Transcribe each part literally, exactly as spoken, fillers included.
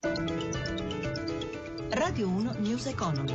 Radio uno News Economy.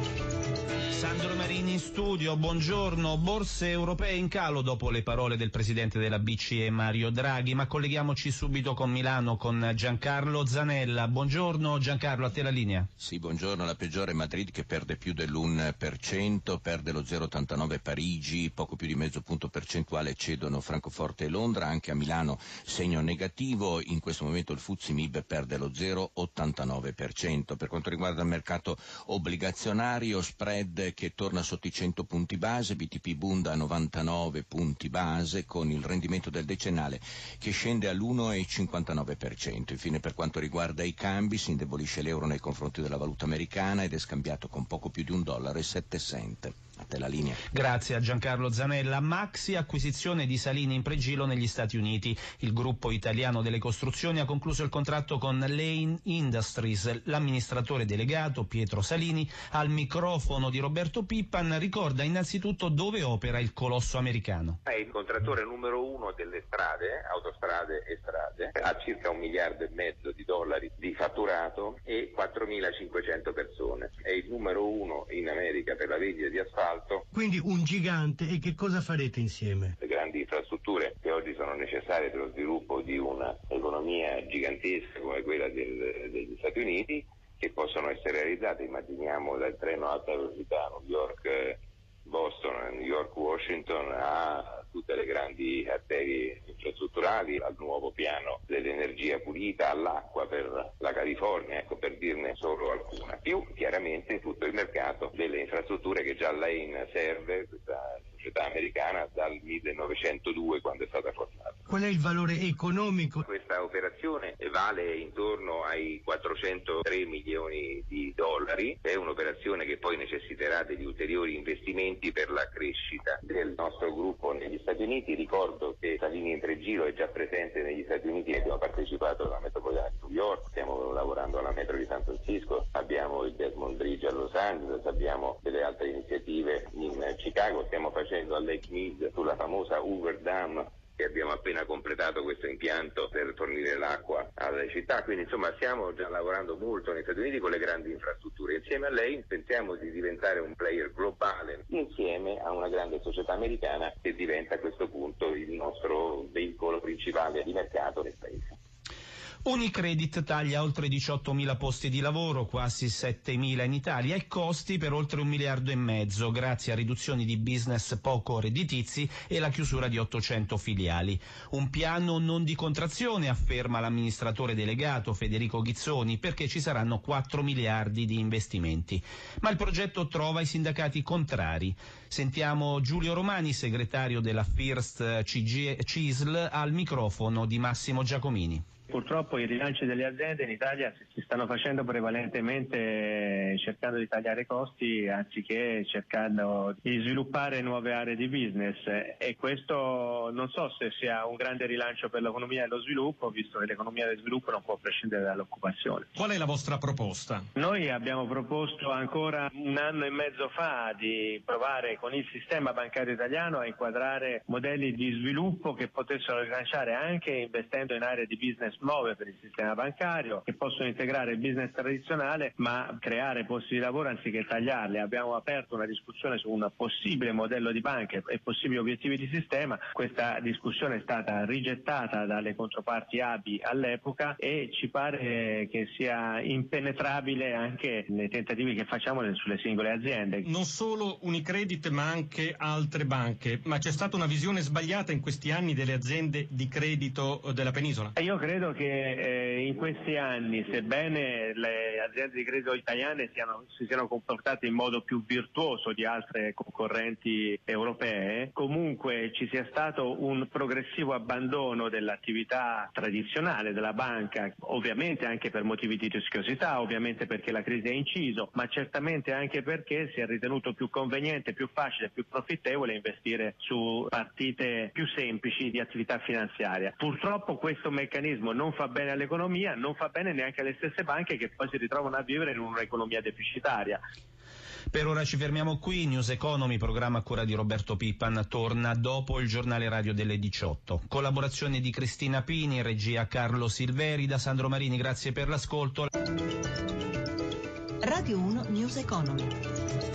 Sandro Marini in studio, buongiorno. Borse europee in calo dopo le parole del presidente della B C E Mario Draghi, ma colleghiamoci subito con Milano con Giancarlo Zanella. Buongiorno Giancarlo, a te la linea. Sì, buongiorno. La peggiore Madrid che perde più dell'uno per cento, perde lo zero virgola ottantanove Parigi, poco più di mezzo punto percentuale cedono Francoforte e Londra, anche a Milano segno negativo, in questo momento il F T S E M I B perde lo zero virgola ottantanove per cento. Per quanto riguarda il mercato obbligazionario, spread che torna sotto i cento punti base, B T P Bund a novantanove punti base con il rendimento del decennale che scende all'uno virgola cinquantanove per cento. Infine, per quanto riguarda i cambi, si indebolisce l'euro nei confronti della valuta americana ed è scambiato con poco più di un dollaro e sette cent. A te la linea. Grazie a Giancarlo Zanella. Maxi acquisizione di Salini in pregilo negli Stati Uniti. Il gruppo italiano delle costruzioni ha concluso il contratto con Lane Industries. L'amministratore delegato Pietro Salini, al microfono di Roberto Pippan, ricorda innanzitutto dove opera il colosso americano. È il contrattore numero uno delle strade, autostrade e strade, ha circa un miliardo e mezzo di dollari di fatturato e quattromilacinquecento persone. È il numero uno in America per la vendita di asfalto. Quindi un gigante. E che cosa farete insieme? Le grandi infrastrutture che oggi sono necessarie per lo sviluppo di un'economia gigantesca come quella del, degli Stati Uniti, che possono essere realizzate, immaginiamo, dal treno a alta velocità New York Boston, New York Washington, a tutte le grandi arterie infrastrutturali, al nuovo piano dell'energia pulita, all'acqua per la California, ecco, per dirne solo alcuna. Più chiaramente tutto il mercato delle infrastrutture che già Lane serve, questa società americana, dal millenovecentodue, quando è stata formata. Qual è il valore economico? Questa operazione vale intorno ai quattrocentotre milioni di dollari, è un'operazione che poi necessiterà degli ulteriori investimenti per la crescita del nostro gruppo negli Stati Uniti. Ricordo che Salini in Pregilo è già presente negli Stati Uniti, abbiamo partecipato alla metropolitana di New York, stiamo lavorando alla metro di San Francisco, abbiamo il Desmond Bridge a Los Angeles, abbiamo delle altre iniziative in Chicago, stiamo facendo a Lake Mead sulla famosa Hoover Dam, che abbiamo appena completato questo impianto per fornire l'acqua alle città. Quindi insomma stiamo già lavorando molto negli Stati Uniti con le grandi infrastrutture. Insieme a lei pensiamo di diventare un player globale insieme a una grande società americana che diventa a questo punto il nostro veicolo principale di mercato nel paese. Unicredit taglia oltre diciottomila posti di lavoro, quasi settemila in Italia, e costi per oltre un miliardo e mezzo, grazie a riduzioni di business poco redditizi e la chiusura di ottocento filiali. Un piano non di contrazione, afferma l'amministratore delegato Federico Ghizzoni, perché ci saranno quattro miliardi di investimenti. Ma il progetto trova i sindacati contrari. Sentiamo Giulio Romani, segretario della First C G C I S L, al microfono di Massimo Giacomini. Purtroppo i rilanci delle aziende in Italia si stanno facendo prevalentemente cercando di tagliare costi anziché cercando di sviluppare nuove aree di business, e questo non so se sia un grande rilancio per l'economia e lo sviluppo, visto che l'economia dello sviluppo non può prescindere dall'occupazione. Qual è la vostra proposta? Noi abbiamo proposto ancora un anno e mezzo fa di provare con il sistema bancario italiano a inquadrare modelli di sviluppo che potessero rilanciare anche investendo in aree di business nuove per il sistema bancario, che possono integrare il business tradizionale ma creare posti di lavoro anziché tagliarli. Abbiamo aperto una discussione su un possibile modello di banche e possibili obiettivi di sistema. Questa discussione è stata rigettata dalle controparti A B I all'epoca e ci pare che sia impenetrabile anche nei tentativi che facciamo sulle singole aziende. Non solo Unicredit ma anche altre banche, ma c'è stata una visione sbagliata in questi anni delle aziende di credito della penisola? Io credo che eh, in questi anni, sebbene le aziende di credito italiane siano, si siano comportate in modo più virtuoso di altre concorrenti europee, comunque ci sia stato un progressivo abbandono dell'attività tradizionale della banca, ovviamente anche per motivi di rischiosità, ovviamente perché la crisi ha inciso, ma certamente anche perché si è ritenuto più conveniente, più facile, più profittevole investire su partite più semplici di attività finanziaria. Purtroppo questo meccanismo non fa bene all'economia, non fa bene neanche alle stesse banche che poi si ritrovano a vivere in un'economia deficitaria. Per ora ci fermiamo qui. News Economy, programma a cura di Roberto Pippan, torna dopo il giornale radio delle diciotto. Collaborazione di Cristina Pini, regia Carlo Silveri, da Sandro Marini, grazie per l'ascolto. Radio uno News Economy.